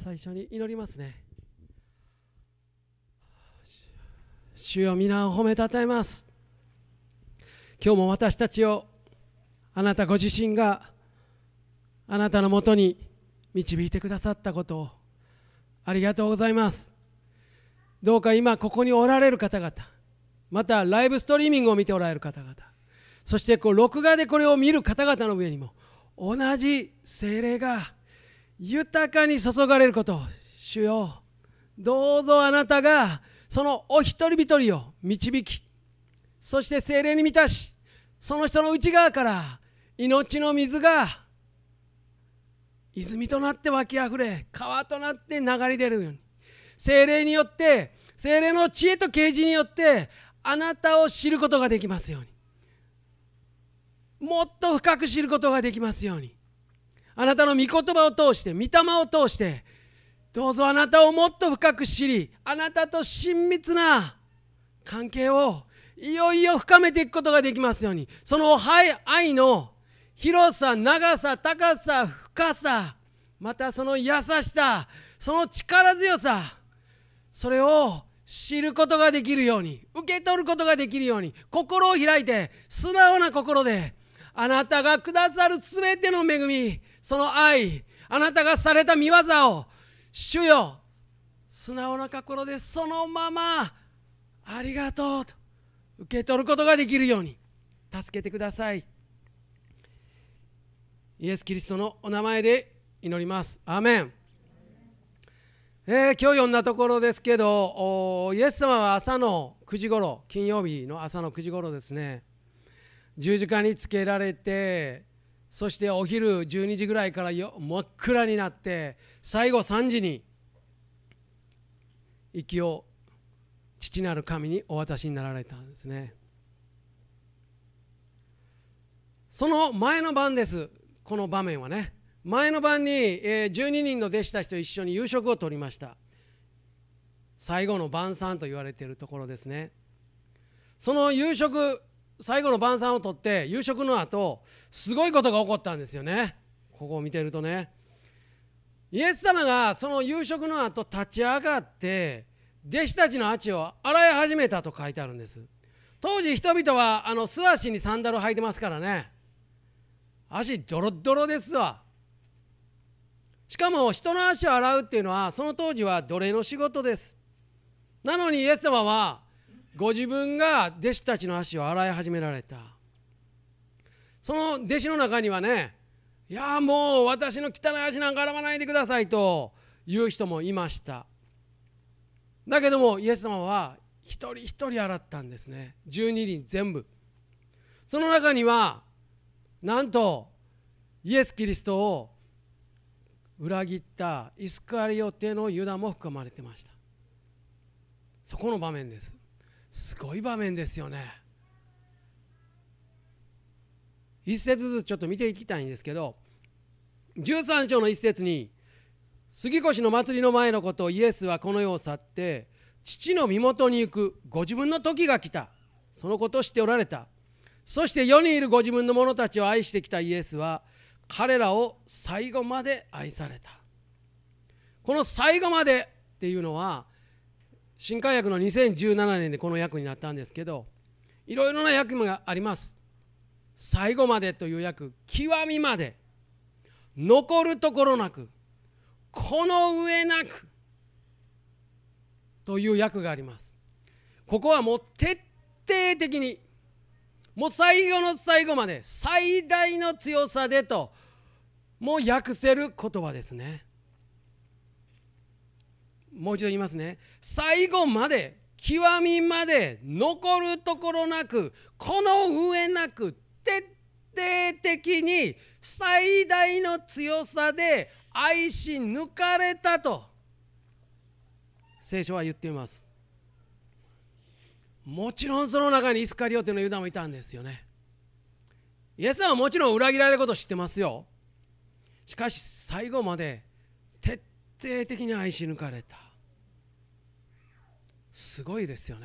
最初に祈りますね。主よ、皆を褒めたたえます。今日も私たちをあなたご自身があなたのもとに導いてくださったことをありがとうございます。どうか今ここにおられる方々、またライブストリーミングを見ておられる方々、そして録画でこれを見る方々の上にも同じ聖霊が豊かに注がれることを、主よ、どうぞあなたがそのお一人一人を導き、そして聖霊に満たし、その人の内側から命の水が泉となって湧きあふれ、川となって流れ出るように、聖霊によって、聖霊の知恵と啓示によってあなたを知ることができますように、もっと深く知ることができますように、あなたの御言葉を通して、御霊を通して、どうぞあなたをもっと深く知り、あなたと親密な関係をいよいよ深めていくことができますように、その愛の広さ、長さ、高さ、深さ、またその優しさ、その力強さ、それを知ることができるように、受け取ることができるように、心を開いて素直な心で、あなたがくださるすべての恵み、その愛、あなたがされた御業を、主よ、素直な心でそのままありがとうと受け取ることができるように助けてください。イエス・キリストのお名前で祈ります。アーメン。今日読んだところですけど、イエス様は朝の9時ごろ、金曜日の朝の9時ごろですね、十字架につけられて、そしてお昼12時ぐらいから真っ暗になって、最後3時に息を父なる神にお渡しになられたんですね。その前の晩です。この場面はね、前の晩に12人の弟子たちと一緒に夕食をとりました。最後の晩餐と言われているところですね。その夕食、最後の晩餐をとって夕食の後、すごいことが起こったんですよね。ここを見てるとね、イエス様がその夕食の後立ち上がって弟子たちの足を洗い始めたと書いてあるんです。当時人々は素足にサンダルを履いてますからね、足ドロドロですわ。しかも人の足を洗うっていうのはその当時は奴隷の仕事です。なのにイエス様はご自分が弟子たちの足を洗い始められた。その弟子の中にはね、いやもう私の汚い足なんか洗わないでくださいという人もいました。だけどもイエス様は一人一人洗ったんですね。12人全部。その中にはなんとイエス・キリストを裏切ったイスカリオテのユダも含まれてました。そこの場面です。すごい場面ですよね。一節ずつちょっと見ていきたいんですけど、13章の一節に、杉越の祭りの前のことをイエスはこの世を去って父の身元に行くご自分の時が来た、そのことを知っておられた。そして世にいるご自分の者たちを愛してきたイエスは彼らを最後まで愛された。この最後までっていうのは新海訳の2017年でこの訳になったんですけど、いろいろな訳があります。最後までという訳、極みまで、残るところなく、この上なくという訳があります。ここはもう徹底的に、もう最後の最後まで最大の強さでともう訳せる言葉ですね。もう一度言いますね。最後まで、極みまで、残るところなく、この上なく、徹底的に最大の強さで愛し抜かれたと聖書は言っています。もちろんその中にイスカリオテのユダもいたんですよね。イエスはもちろん裏切られることを知ってますよ。しかし最後まで徹底的に愛し抜かれた。すごいですよね。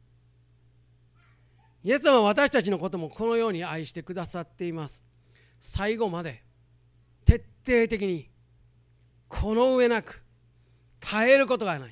イエス様は私たちのこともこのように愛してくださっています。最後まで徹底的にこの上なく耐えることがない。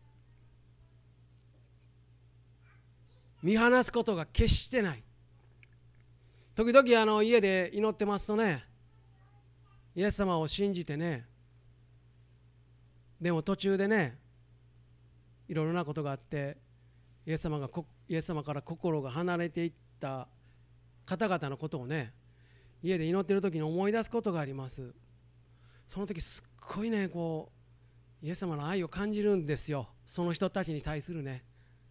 見放すことが決してない。時々家で祈ってますとね、イエス様を信じてね、でも途中でね、いろいろなことがあってイエス様から心が離れていった方々のことをね、家で祈っている時に思い出すことがあります。その時すっごいね、イエス様の愛を感じるんですよ。その人たちに対するね。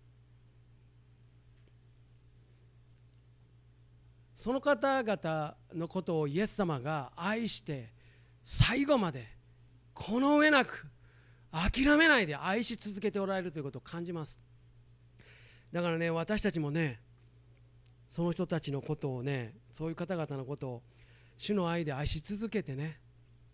その方々のことをイエス様が愛して最後までこの上なく諦めないで愛し続けておられるということを感じます。だからね、私たちもね、その人たちのことをね、そういう方々のことを主の愛で愛し続けてね、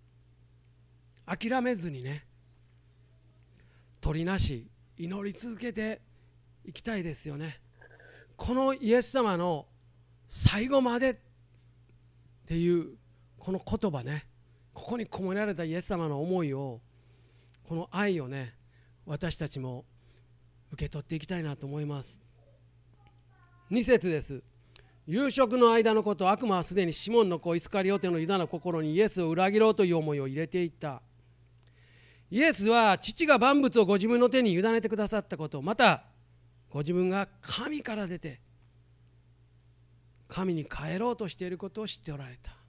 諦めずにね、取りなし祈り続けていきたいですよね。このイエス様の最後までっていうこの言葉ね、ここに込められたイエス様の思いを、この愛をね、私たちも受け取っていきたいなと思います。2節です。夕食の間のこと、悪魔はすでにシモンの子イスカリオテのユダの心にイエスを裏切ろうという思いを入れていった。イエスは父が万物をご自分の手に委ねてくださったこと、またご自分が神から出て神に帰ろうとしていることを知っておられた。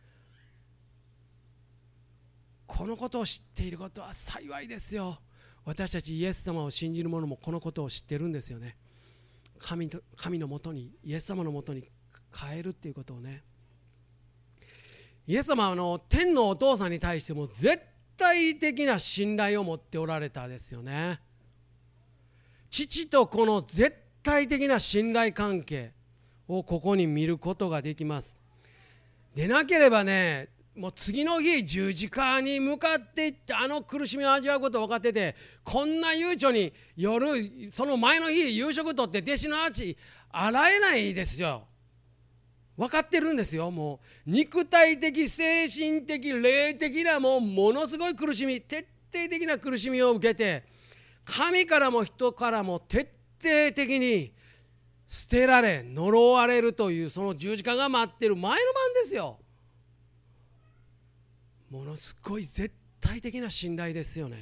このことを知っていることは幸いですよ。私たちイエス様を信じる者もこのことを知ってるんですよね。神のもとに、イエス様のもとに帰るっていうことをね。イエス様は天のお父さんに対しても絶対的な信頼を持っておられたですよね。父と子の絶対的な信頼関係をここに見ることができます。でなければね、もう次の日十字架に向かっていって苦しみを味わうことを分かってて、こんな悠長に夜その前の日夕食とって弟子の足洗えないですよ。分かってるんですよ。もう肉体的精神的霊的なものすごい苦しみ、徹底的な苦しみを受けて、神からも人からも徹底的に捨てられ呪われるという、その十字架が待ってる前の晩ですよ。ものすごい絶対的な信頼ですよね。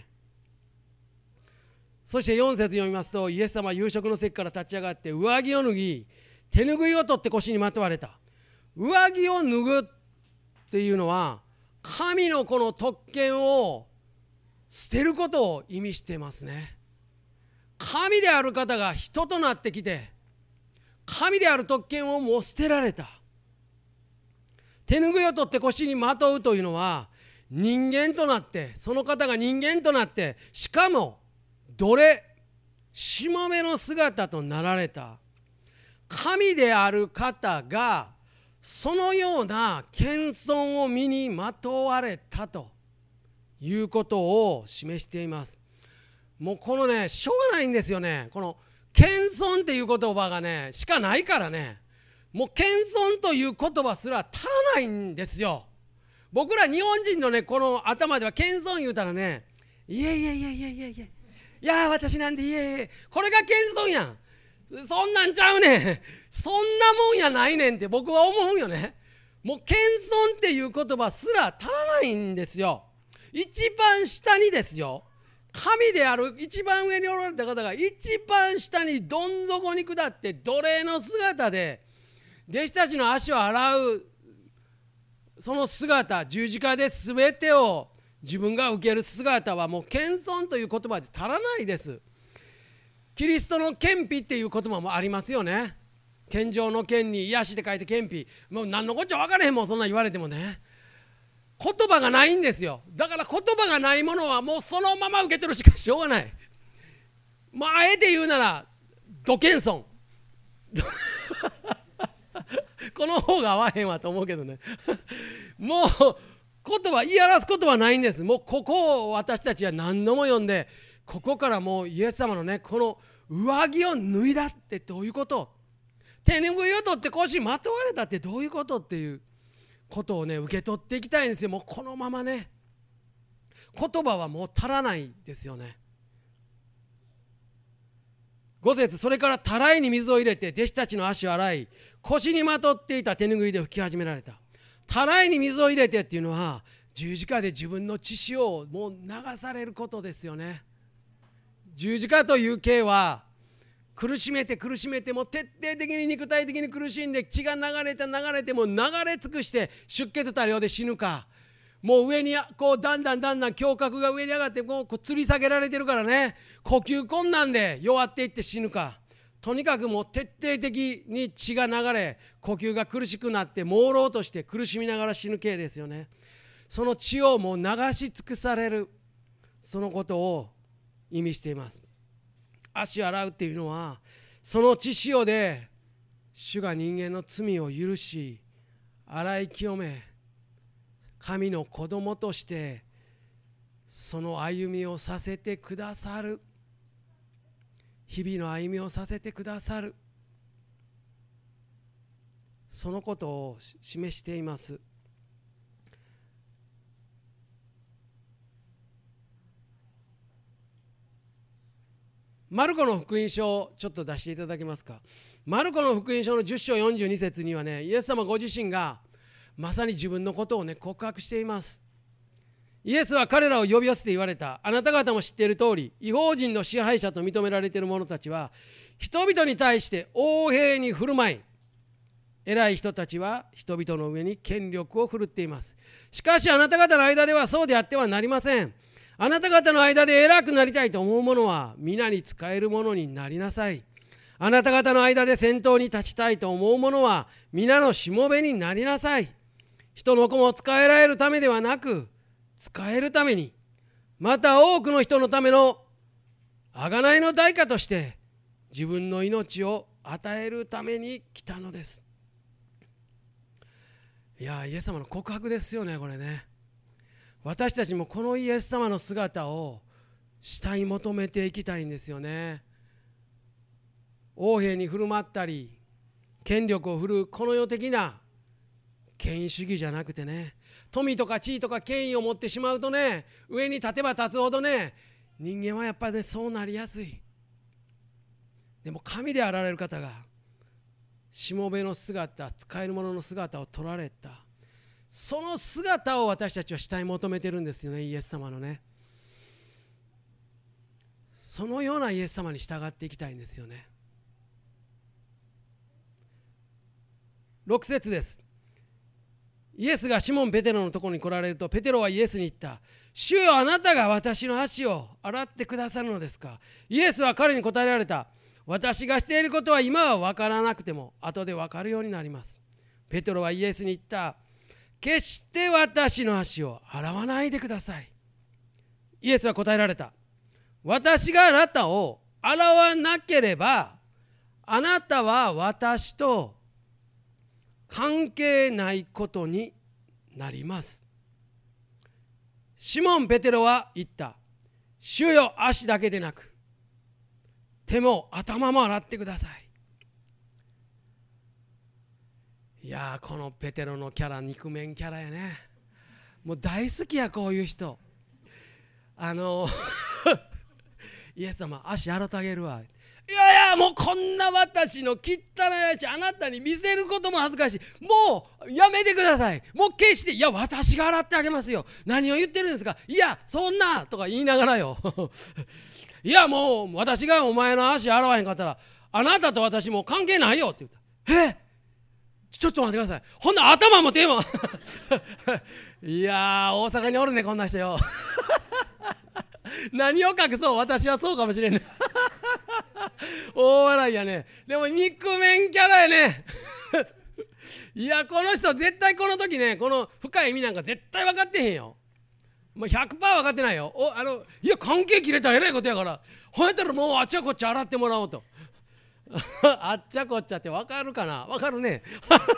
そして4節読みますと、イエス様は夕食の席から立ち上がって上着を脱ぎ、手ぬぐいを取って腰にまとわれた。上着を脱ぐっていうのは神のこの特権を捨てることを意味していますね。神である方が人となってきて、神である特権をもう捨てられた。手ぬぐいを取って腰にまとうというのは、人間となって、その方が人間となって、しかも奴隷、しもべの姿となられた神である方が、そのような謙遜を身にまとわれたということを示しています。もうこのね、しょうがないんですよね。この謙遜っていう言葉がねしかないからね、もう謙遜という言葉すら足らないんですよ。僕ら日本人のね、この頭では謙遜言うたらね、いやいやいやいやいやいやいや私なんで、いやいや、これが謙遜やん、そんなんちゃうねん、そんなもんやないねんって僕は思うよね。もう謙遜っていう言葉すら足らないんですよ。一番下にですよ、神である一番上におられた方が一番下にどん底に下って奴隷の姿で弟子たちの足を洗う、その姿、十字架で全てを自分が受ける姿はもう謙遜という言葉で足らないです。キリストの謙卑っていう言葉もありますよね。謙譲の謙に癒しで書いて謙卑、もう何のこっちゃ分からへんもん、そんな言われてもね。言葉がないんですよ。だから言葉がないものはもうそのまま受け取るしかしょうがない。まああえて言うならド謙遜この方が合わへんわと思うけどねもう言葉言い表すことはないんです。もうここを私たちは何度も読んで、ここからもうイエス様のね、この上着を脱いだってどういうこと、手ぬぐいを取って腰まとわれたってどういうことっていうことをね受け取っていきたいんですよ。もうこのままね、 言葉はもう足らないですよね。5節、それからたらいに水を入れて弟子たちの足を洗い、腰にまとっていた手ぬぐいで拭き始められた。たらいに水を入れてっていうのは、十字架で自分の血潮をもう流されることですよね。十字架という刑は苦しめて苦しめて、もう徹底的に肉体的に苦しんで、血が流れてもう流れ尽くして出血多量で死ぬか、もう上にこうだんだん胸郭が上に上がってこう吊り下げられてるからね、呼吸困難で弱っていって死ぬか、とにかくもう徹底的に血が流れ、呼吸が苦しくなって朦朧として苦しみながら死ぬ刑ですよね。その血をもう流し尽くされる、そのことを意味しています。足を洗うっていうのは、その血潮で主が人間の罪を許し洗い清め、神の子供としてその歩みをさせてくださる、日々の歩みをさせてくださる、そのことを示しています。マルコの福音書をちょっと出していただけますか。マルコの福音書の10章42節にはね、イエス様ご自身がまさに自分のことをね告白しています。イエスは彼らを呼び寄せて言われた。あなた方も知っている通り、異邦人の支配者と認められている者たちは人々に対して横柄に振る舞い、偉い人たちは人々の上に権力を振るっています。しかしあなた方の間ではそうであってはなりません。あなた方の間で偉くなりたいと思う者は皆に仕える者になりなさい。あなた方の間で先頭に立ちたいと思う者は皆のしもべになりなさい。人の子も仕えられるためではなく、仕えるために、また多くの人のための贖いの代価として自分の命を与えるために来たのです。いや、イエス様の告白ですよね、これね。私たちもこのイエス様の姿を慕い求めていきたいんですよね。横柄に振る舞ったり権力を振るうこの世的な権威主義じゃなくてね、富とか地位とか権威を持ってしまうとね、上に立てば立つほどね、人間はやっぱりね、そうなりやすい。でも神であられる方がしもべの姿、使える者の姿を取られた、その姿を私たちは慕い求めてるんですよね、イエス様のね。そのようなイエス様に従っていきたいんですよね。6節です。イエスがシモン・ペテロのところに来られると、ペテロはイエスに言った。主よ、あなたが私の足を洗ってくださるのですか。イエスは彼に答えられた。私がしていることは今は分からなくても後で分かるようになります。ペテロはイエスに言った。決して私の足を洗わないでください。イエスは答えられた。私があなたを洗わなければ、あなたは私と関係ないことになります。シモン・ペテロは言った。主よ、足だけでなく手も頭も洗ってください。いやー、このペテロのキャラ、肉麺キャラやね。もう大好きや、こういう人。イエス様、足洗ってあげるわ。いやいや、もうこんな私の汚い足あなたに見せることも恥ずかしい。もうやめてください。もう決して、いや私が洗ってあげますよ。何を言ってるんですか。いやそんなとか言いながらよいやもう私がお前の足洗わへんかったらあなたと私もう関係ないよって言った。ちょっと待ってください。ほんな頭も手もいや大阪におるね、こんな人よ何を隠そう、私はそうかもしれんね大笑いやね。でも肉麺キャラやねいやこの人絶対この時ね、この深い意味なんか絶対分かってへんよ。もう 100% 分かってないよ。いや関係切れたらえらいことやから、ほやったらもうあっちゃこっちゃ洗ってもらおうとあっちゃこっちゃって分かるかな。分かるね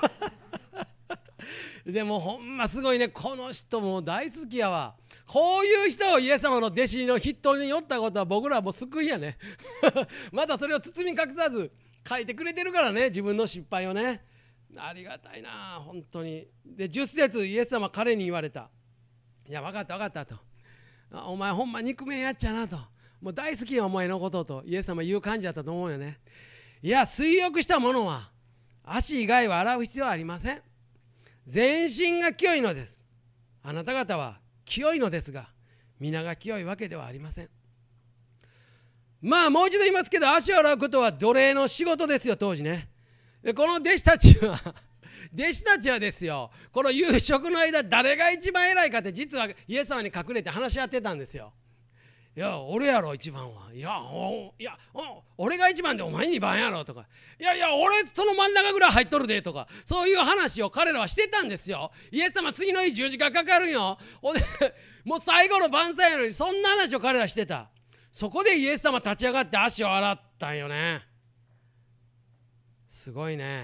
でもほんますごいね、この人も大好きやわ。こういう人をイエス様の弟子の筆頭に寄ったことは僕らはもう救いやねまたそれを包み隠さず書いてくれてるからね、自分の失敗をね。ありがたいな本当に。で10節、イエス様彼に言われた。いや分かった分かったと。 お前ほんま憎めんやっちゃなと、もう大好きよお前のこととイエス様言う感じだったと思うよね。いや、水浴したものは足以外は洗う必要はありません。全身が清いのです。あなた方は清いのですが、皆が清いわけではありません。まあもう一度言いますけど、足を洗うことは奴隷の仕事ですよ、当時ね。でこの弟子たちはですよ、この夕食の間誰が一番偉いかって実はイエス様に隠れて話し合ってたんですよ。いや俺やろ一番は、いや俺が一番でお前2番やろとか、いや俺その真ん中ぐらい入っとるでとか、そういう話を彼らはしてたんですよ。イエス様次の日十字架かかるんよ。もう最後の晩餐やのにそんな話を彼らしてた。そこでイエス様立ち上がって足を洗ったんよね。すごいね。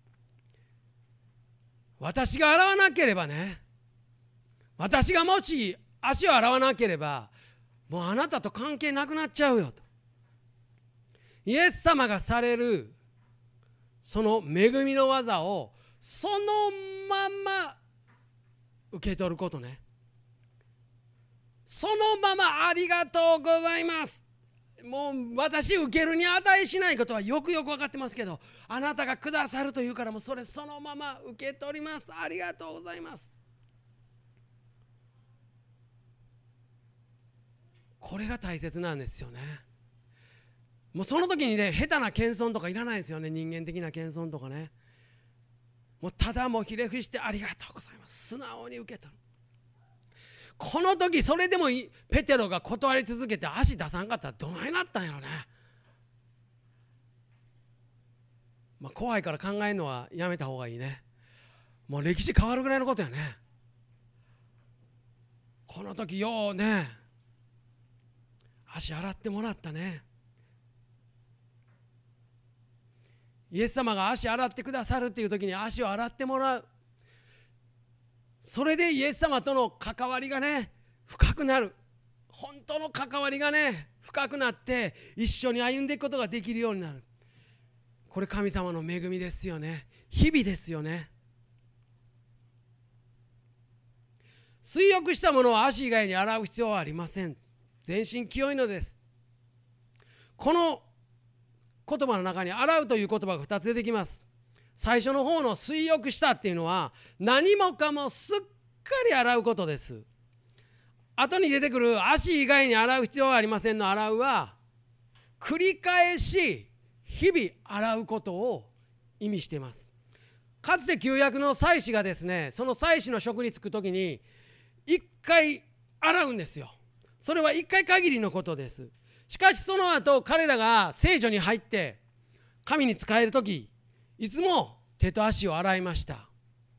私が洗わなければね、私がもし足を洗わなければもうあなたと関係なくなっちゃうよと。イエス様がされるその恵みの技をそのまま受け取ることね。そのままありがとうございます。もう私受けるに値しないことはよく分かってますけど、あなたがくださるというからもうそれそのまま受け取ります。ありがとうございます。これが大切なんですよね。もうその時にね、下手な謙遜とかいらないですよね。人間的な謙遜とかね。もうただもうひれ伏してありがとうございます、素直に受け取る。この時それでもペテロが断り続けて足出さんかったらどないなったんやろね。怖いから考えるのはやめた方がいいね。もう歴史変わるぐらいのことやね。この時ようね、足洗ってもらったね。イエス様が足洗ってくださるっていう時に足を洗ってもらう。それでイエス様との関わりがね深くなる。本当の関わりがね深くなって一緒に歩んでいくことができるようになる。これ神様の恵みですよね。日々ですよね。水浴したものは足以外に洗う必要はありません。全身清いのです。この言葉の中に洗うという言葉が2つ出てきます。最初の方の水浴したっていうのは何もかもすっかり洗うことです。後に出てくる足以外に洗う必要はありませんの洗うは繰り返し日々洗うことを意味しています。かつて旧約の祭司がですね、その祭司の職に就くときに一回洗うんですよ。それは一回限りのことです。しかしその後彼らが聖所に入って神に仕えるとき、いつも手と足を洗いました。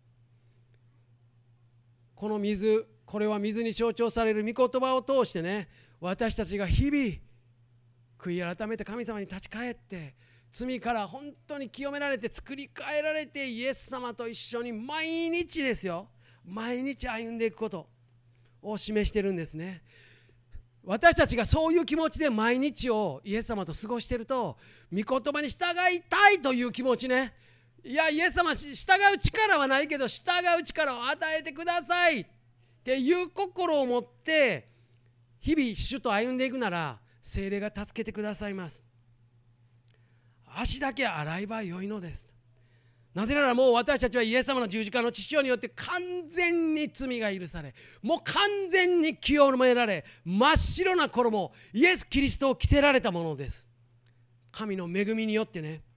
この水、これは水に象徴される御言葉を通してね、私たちが日々悔い改めて神様に立ち返って罪から本当に清められて作り変えられてイエス様と一緒に毎日ですよ、毎日歩んでいくことを示してるんですね。私たちがそういう気持ちで毎日をイエス様と過ごしていると、御言葉に従いたいという気持ちね、いやイエス様従う力はないけど従う力を与えてくださいっていう心を持って日々主と歩んでいくなら、聖霊が助けてくださいます。足だけ洗えばよいのです。なぜならもう私たちはイエス様の十字架の血潮によって完全に罪が許され、もう完全に清められ、真っ白な衣、イエス・キリストを着せられたものです。神の恵みによってね。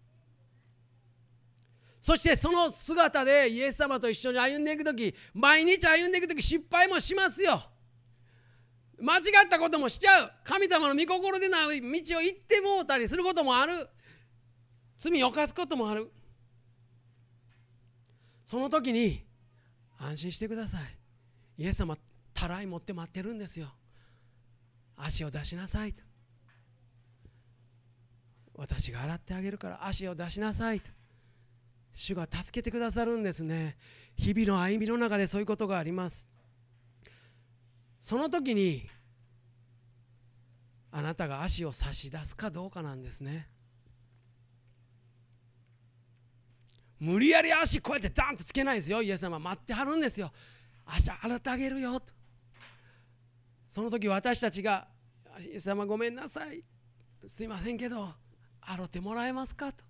そしてその姿でイエス様と一緒に歩んでいくとき、毎日歩んでいくとき失敗もしますよ。間違ったこともしちゃう。神様の御心でない道を行ってもうたりすることもある。罪を犯すこともある。その時に安心してください。イエス様たらい持って待ってるんですよ。足を出しなさいと。私が洗ってあげるから足を出しなさいと。主が助けてくださるんですね。日々の歩みの中でそういうことがあります。その時にあなたが足を差し出すかどうかなんですね。無理やり足こうやってダンとつけないですよ。イエス様待ってはるんですよ。足洗ってあげるよと。 その時私たちが「イエス様ごめんなさい、すいませんけど洗ってもらえますか?」と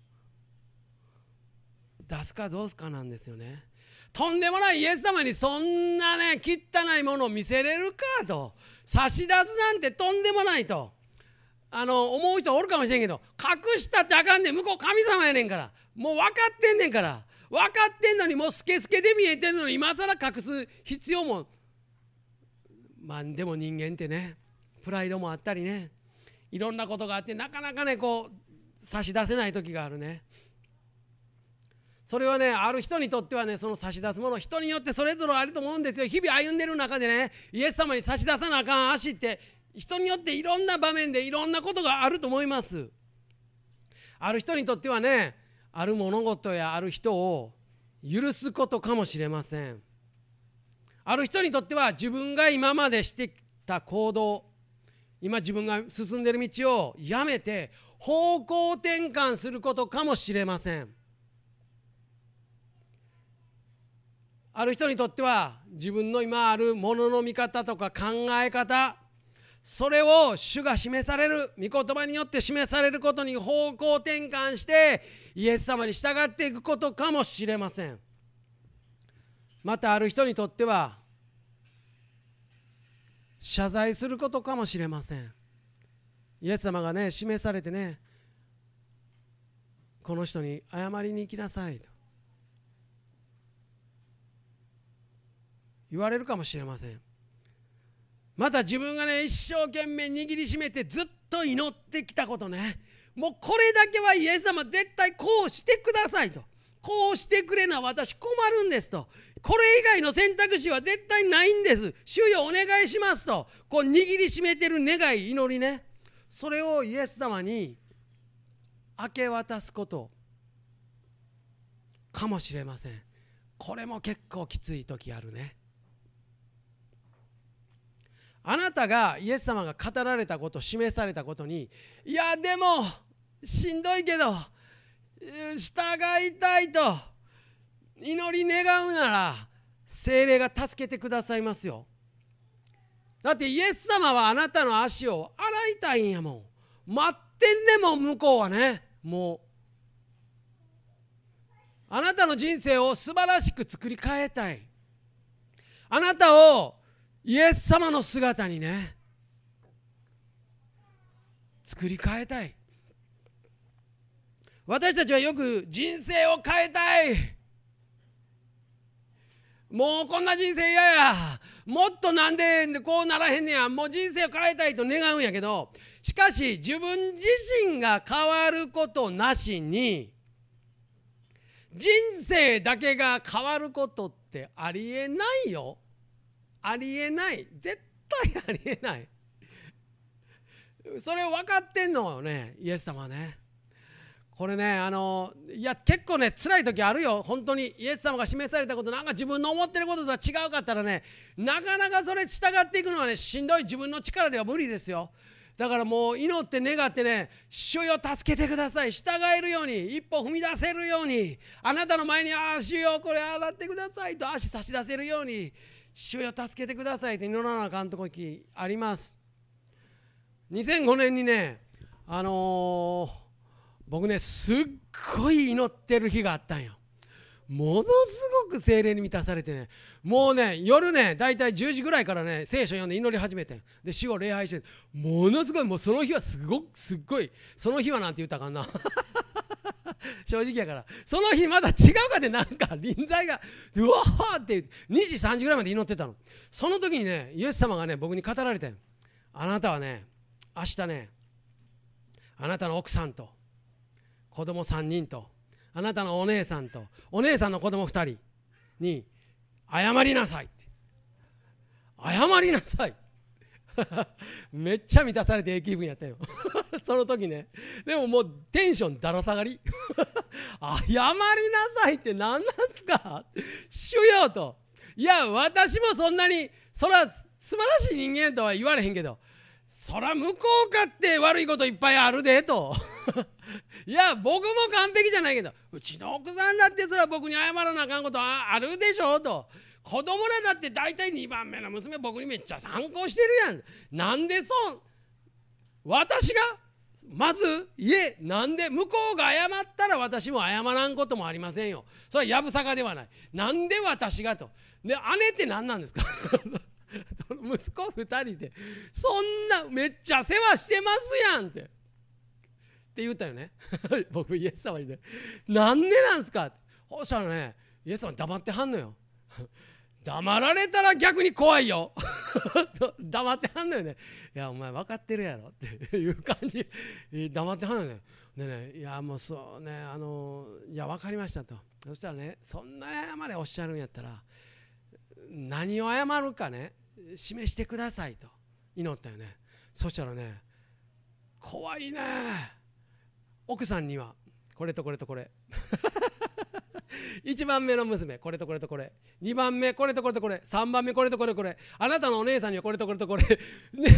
出すかどうすかなんですよね。とんでもないイエス様にそんなね汚いものを見せれるかと、差し出すなんてとんでもないと思う人おるかもしれんけど、隠したってあかんねん。向こう神様やねんから、もう分かってんねんから。分かってんのに、もうスケスケで見えてんのに今更隠す必要も、でも人間ってね、プライドもあったりね、いろんなことがあってなかなかねこう差し出せない時があるね。それはね、ある人にとってはね、その差し出すもの、人によってそれぞれあると思うんですよ。日々歩んでる中でね、イエス様に差し出さなあかん足って人によっていろんな場面でいろんなことがあると思います。ある人にとってはね、ある物事やある人を許すことかもしれません。ある人にとっては自分が今までしてきた行動、今自分が進んでいる道をやめて方向転換することかもしれません。ある人にとっては自分の今あるものの見方とか考え方、それを主が示される御言葉によって示されることに方向転換してイエス様に従っていくことかもしれません。またある人にとっては謝罪することかもしれません。イエス様がね示されてね、この人に謝りに行きなさいと言われるかもしれません。また自分がね一生懸命握りしめてずっと祈ってきたことね、もうこれだけはイエス様絶対こうしてくださいと、こうしてくれな私困るんですと、これ以外の選択肢は絶対ないんです、主よお願いしますと、こう握りしめてる願い祈りね、それをイエス様に明け渡すことかもしれません。これも結構きつい時あるね。あなたがイエス様が語られたこと、示されたことに、いやでもしんどいけど従いたいと祈り願うなら、聖霊が助けてくださいますよ。だってイエス様はあなたの足を洗いたいんやもん。待ってんでも向こうはね、もうあなたの人生を素晴らしく作り変えたい。あなたをイエス様の姿にね作り変えたい。私たちはよく人生を変えたい、もうこんな人生嫌や、もっとなんでこうならへんねや、もう人生を変えたいと願うんやけど、しかし自分自身が変わることなしに人生だけが変わることってありえないよ。ありえない、絶対ありえない。それを分かってんのよね、イエス様はね。これねいや結構ね辛い時あるよ。本当にイエス様が示されたこと、なんか自分の思ってることとは違うかったらね、なかなかそれ従っていくのはねしんどい、自分の力では無理ですよ。だからもう祈って願ってね、主よ助けてください、従えるように、一歩踏み出せるように、あなたの前に主よこれ洗ってくださいと足差し出せるように、主よ助けてくださいと祈らなあかん時あります。2005年にね僕ねすっごい祈ってる日があったんよ。ものすごく聖霊に満たされてね、もうね夜ねだいたい10時ぐらいからね聖書読んで祈り始めて、で主を礼拝して、ものすごい、もうその日はすっごい、その日はなんて言ったかな正直やから、その日まだ違うかで、なんか臨在がうわーって2時3時ぐらいまで祈ってたの。その時にねイエス様がね僕に語られて、あなたはね明日ねあなたの奥さんと子供3人とあなたのお姉さんとお姉さんの子供2人に謝りなさいって。謝りなさいめっちゃ満たされてええ気分やったよその時ね。でももうテンションだら下がり謝りなさいって何なんすか主よと。いや私もそんなにそら素晴らしい人間とは言われへんけど、そら向こうかって悪いこといっぱいあるでといや僕も完璧じゃないけど、うちの奥さんだってそら僕に謝らなあかんことあるでしょと。 子供らだって大体2番目の娘僕にめっちゃ反抗してるやん。なんで私がまずなんで向こうが謝ったら私も謝らんこともありませんよ。それはやぶさかではない。なんで私がと。で姉って何なんですか息子2人でそんなめっちゃ世話してますやんって言ったよね僕イエス様にね、なんでなんですかって。そしたらね、イエス様黙ってはんのよ黙られたら逆に怖いよ黙ってはんのよね。いやお前分かってるやろっていう感じ黙ってはんのよね。でね、いやもうそうね、いや分かりましたと。そしたらね、そんな謝れおっしゃるんやったら何を謝るかね示してくださいと祈ったよね。そしたらね、怖いね、奥さんにはこれとこれとこれ1番目の娘これとこれとこれ、2番目これとこれとこれ、3番目これとこれとこれ、あなたのお姉さんにはこれとこれとこれで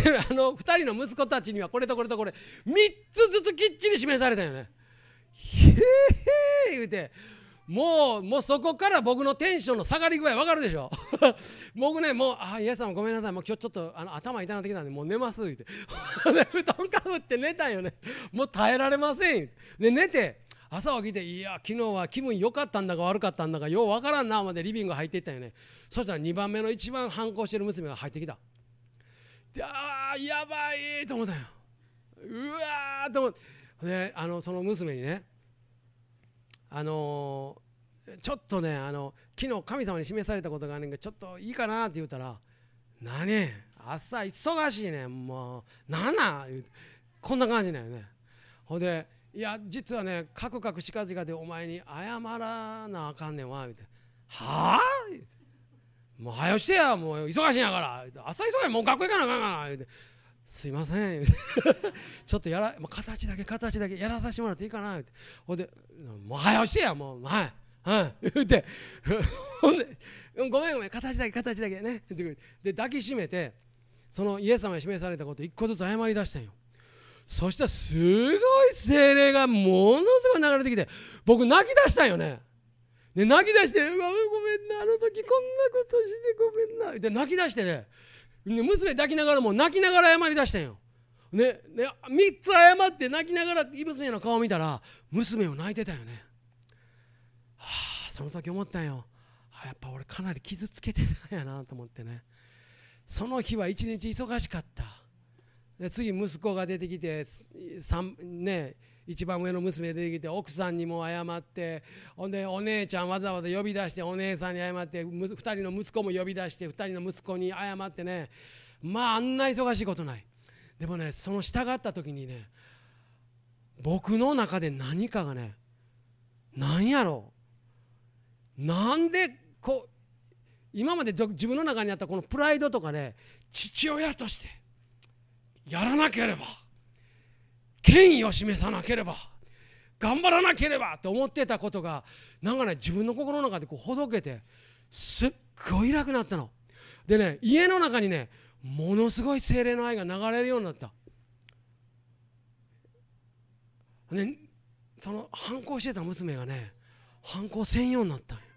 2人の息子たちにはこれとこれとこれ、3つずつきっちり示されたよね。へえ言うて、もうそこから僕のテンションの下がり具合分かるでしょ僕ね、もうイエス様ごめんなさい、もう今日ちょっと頭痛なってきたんでもう寝ます言うて布団かぶって寝たんよね。もう耐えられませんで寝て、朝起きて、いや昨日は気分良かったんだか悪かったんだかよう分からんなまでリビング入っていったよね。そしたら2番目の一番反抗してる娘が入ってきた。でやばいと思ったよ。うわーと思って、でその娘にね、ちょっとね昨日神様に示されたことがあるんでちょっといいかなって言うたら、何朝忙しいねんもうなんなん言うて、こんな感じなんよね。ほんで、いや実はねカクカクしかじかでお前に謝らなあかんねんわ言うて、はあもう早よしてや、もう忙しいんやから朝忙しい、もう学校行かなあかんから言うて、すいません言うてちょっともう形だけやらさせてもらっていいかな言うて、ほんでもう早よしてやもうはい言うてほんでごめん形だけねで抱きしめて、そのイエス様に示されたこと一個ずつ謝り出したんよ。そしたらすごい精霊がものすごい流れてきて、僕泣き出したんよね。で泣き出して、うわごめんな、あの時こんなことしてごめんなって泣き出してね、娘抱きながらも泣きながら謝り出したんよ。ね、3つ謝って泣きながら娘の顔を見たら娘を泣いてたよね。その時思ったんよ。やっぱ俺かなり傷つけてたんやなと思ってね。その日は一日忙しかった。で次息子が出てきて一番上の娘出てきて奥さんにも謝って、ほんでお姉ちゃんわざわざ呼び出してお姉さんに謝って、2人の息子も呼び出して2人の息子に謝ってね、まああんな忙しいことない。でもね、その従った時にね、僕の中で何かがね、何やろう、なんで今まで自分の中にあったこのプライドとかね、父親としてやらなければ、権威を示さなければ、頑張らなければと思ってたことがなんかね、自分の心の中でほどけてすっごい楽になったの。でね、家の中にねものすごい精霊の愛が流れるようになった。ね、その反抗してた娘がね反抗せんようになったんよ。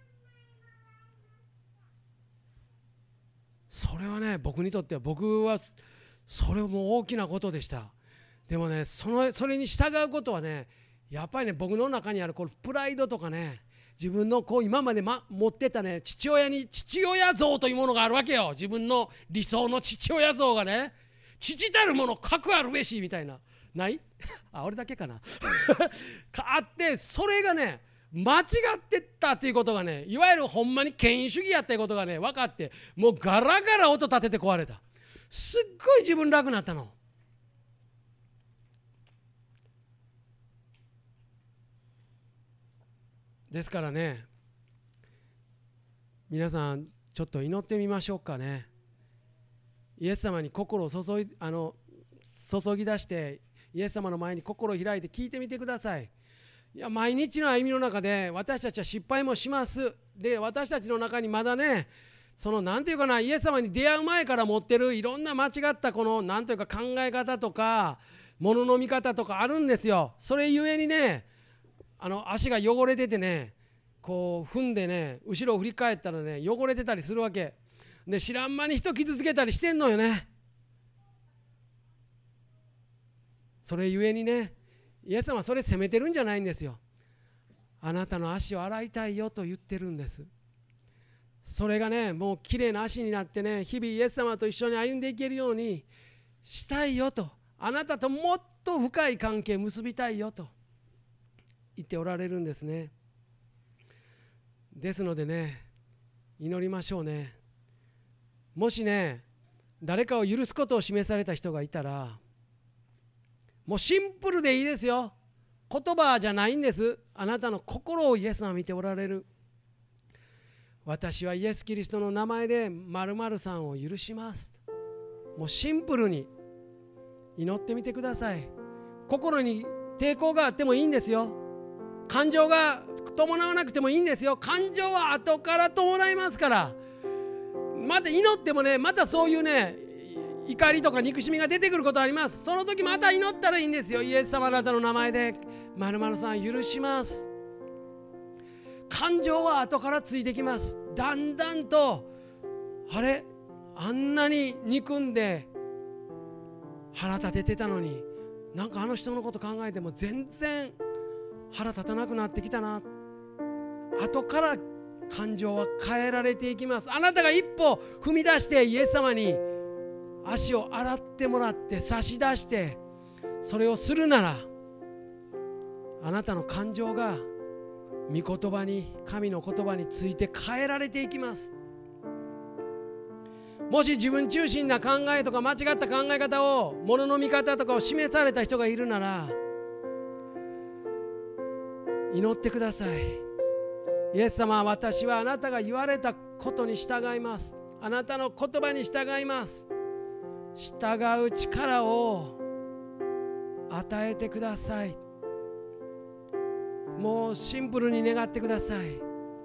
それはね、僕にとってはそれも大きなことでした。でもね、それに従うことはね、やっぱりね、僕の中にあるこのプライドとかね、自分の今まで持ってたね、父親像というものがあるわけよ。自分の理想の父親像がね、父たるもの格あるべしみたいな、ない俺だけかなあって、それがね間違ってったっていうことがね、いわゆるほんまに権威主義やったいうことがね分かって、もうガラガラ音立てて壊れた。すっごい自分楽になったの。ですからね、皆さんちょっと祈ってみましょうかね。イエス様に心を注ぎ出して、イエス様の前に心を開いて聞いてみてください。いや、毎日の歩みの中で私たちは失敗もします。で、私たちの中にまだね、なんていうかな、イエス様に出会う前から持ってるいろんな間違ったなんていうか考え方とか物の見方とかあるんですよ。それゆえにね、足が汚れててね、 こう踏んでね、後ろを振り返ったらね、汚れてたりするわけで、知らん間に人傷つけたりしてんのよね。それゆえにね、イエス様はそれ責めてるんじゃないんですよ。あなたの足を洗いたいよと言ってるんです。それがね、もうきれいな足になってね、日々イエス様と一緒に歩んでいけるようにしたいよと、あなたともっと深い関係結びたいよと言っておられるんですね。ですのでね、祈りましょうね。もしね、誰かを許すことを示された人がいたら、もうシンプルでいいですよ。言葉じゃないんです。あなたの心をイエス様は見ておられる。私はイエス・キリストの名前で〇〇さんを許します。もうシンプルに祈ってみてください。心に抵抗があってもいいんですよ。感情が伴わなくてもいいんですよ。感情は後から伴いますから。また祈ってもね、またそういうね、怒りとか憎しみが出てくることあります。その時また祈ったらいいんですよ。イエス様あなたの名前で〇〇さん許します。感情は後からついてきます。だんだんと、あれ、あんなに憎んで腹立ててたのに、なんかあの人のこと考えても全然腹立たなくなってきたな。後から感情は変えられていきます。あなたが一歩踏み出してイエス様に足を洗ってもらって差し出して、それをするなら、あなたの感情が御言葉に、神の言葉について変えられていきます。もし自分中心な考えとか間違った考え方を、ものの見方とかを示された人がいるなら、祈ってください。イエス様、私はあなたが言われたことに従います。あなたの言葉に従います。従う力を与えてください。もうシンプルに願ってください。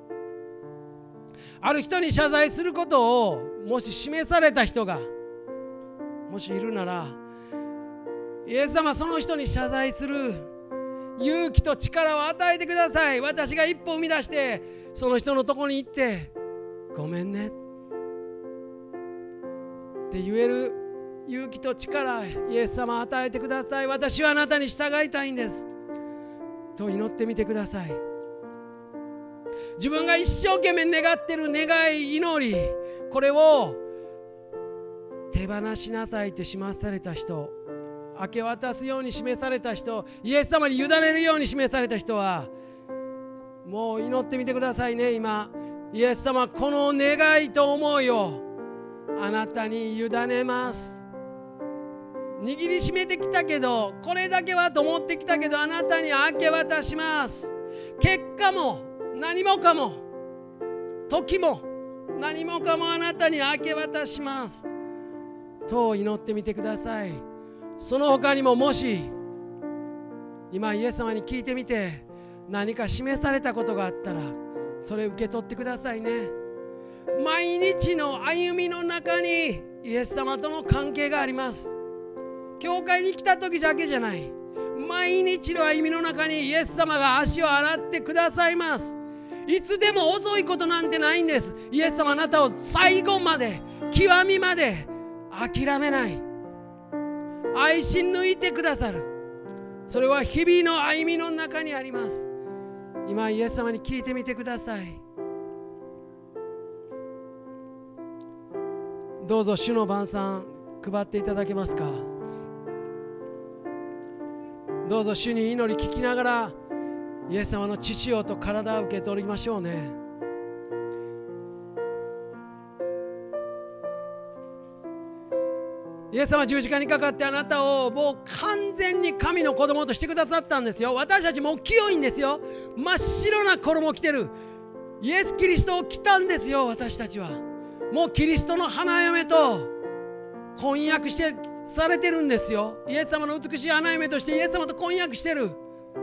ある人に謝罪することをもし示された人がもしいるなら、イエス様、その人に謝罪する勇気と力を与えてください。私が一歩踏み出してその人のところに行って、ごめんねって言える勇気と力、イエス様与えてください。私はあなたに従いたいんですと祈ってみてください。自分が一生懸命願ってる願い、祈り、これを手放しなさいって示された人、明け渡すように示された人、イエス様に委ねるように示された人は、もう祈ってみてくださいね。今、イエス様、この願いと思いをあなたに委ねます。握りしめてきたけど、これだけはと思ってきたけど、あなたに明け渡します。結果も何もかも、時も何もかもあなたに明け渡しますと祈ってみてください。その他にも、もし今イエス様に聞いてみて何か示されたことがあったら、それ受け取ってくださいね。毎日の歩みの中にイエス様との関係があります。教会に来た時だけじゃない、毎日の歩みの中にイエス様が足を洗ってくださいます。いつでも遅いことなんてないんです。イエス様、あなたを最後まで、極みまで諦めない、愛し抜いてくださる。それは日々の歩みの中にあります。今イエス様に聞いてみてください。どうぞ主の晩餐配っていただけますか。どうぞ主に祈り聞きながら、イエス様の血潮と体を受け取りましょうね。イエス様は十字架にかかってあなたをもう完全に神の子供としてくださったんですよ。私たちもう清いんですよ。真っ白な衣を着てるイエス・キリストを着たんですよ。私たちはもうキリストの花嫁と婚約してされてるんですよ。イエス様の美しい花嫁としてイエス様と婚約してる。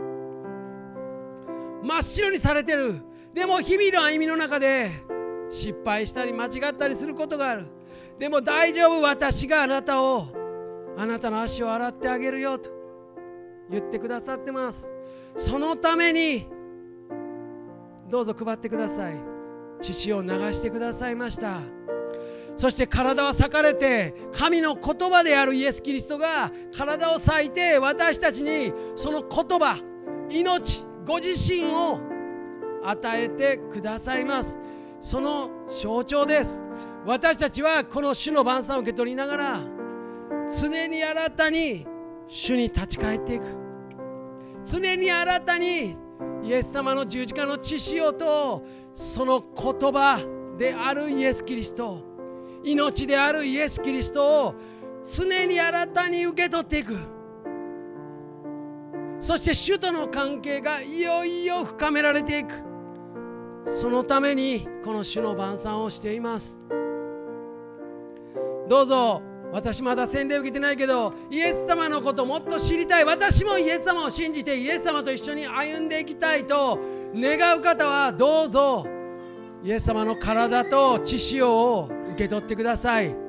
真っ白にされてる。でも日々の歩みの中で失敗したり間違ったりすることがある。でも大丈夫、私があなたの足を洗ってあげるよと言ってくださってます。そのためにどうぞ配ってください。血を流してくださいました。そして体は裂かれて、神の言葉であるイエス・キリストが体を裂いて、私たちにその言葉、命、ご自身を与えてくださいます。その象徴です。私たちはこの主の晩餐を受け取りながら、常に新たに主に立ち返っていく。常に新たにイエス様の十字架の血潮と、その言葉であるイエス・キリスト、命であるイエス・キリストを常に新たに受け取っていく。そして主との関係がいよいよ深められていく。そのためにこの主の晩餐をしています。どうぞ、私まだ洗礼受けてないけど、イエス様のことをもっと知りたい、私もイエス様を信じてイエス様と一緒に歩んでいきたいと願う方は、どうぞイエス様の体と血潮を受け取ってください。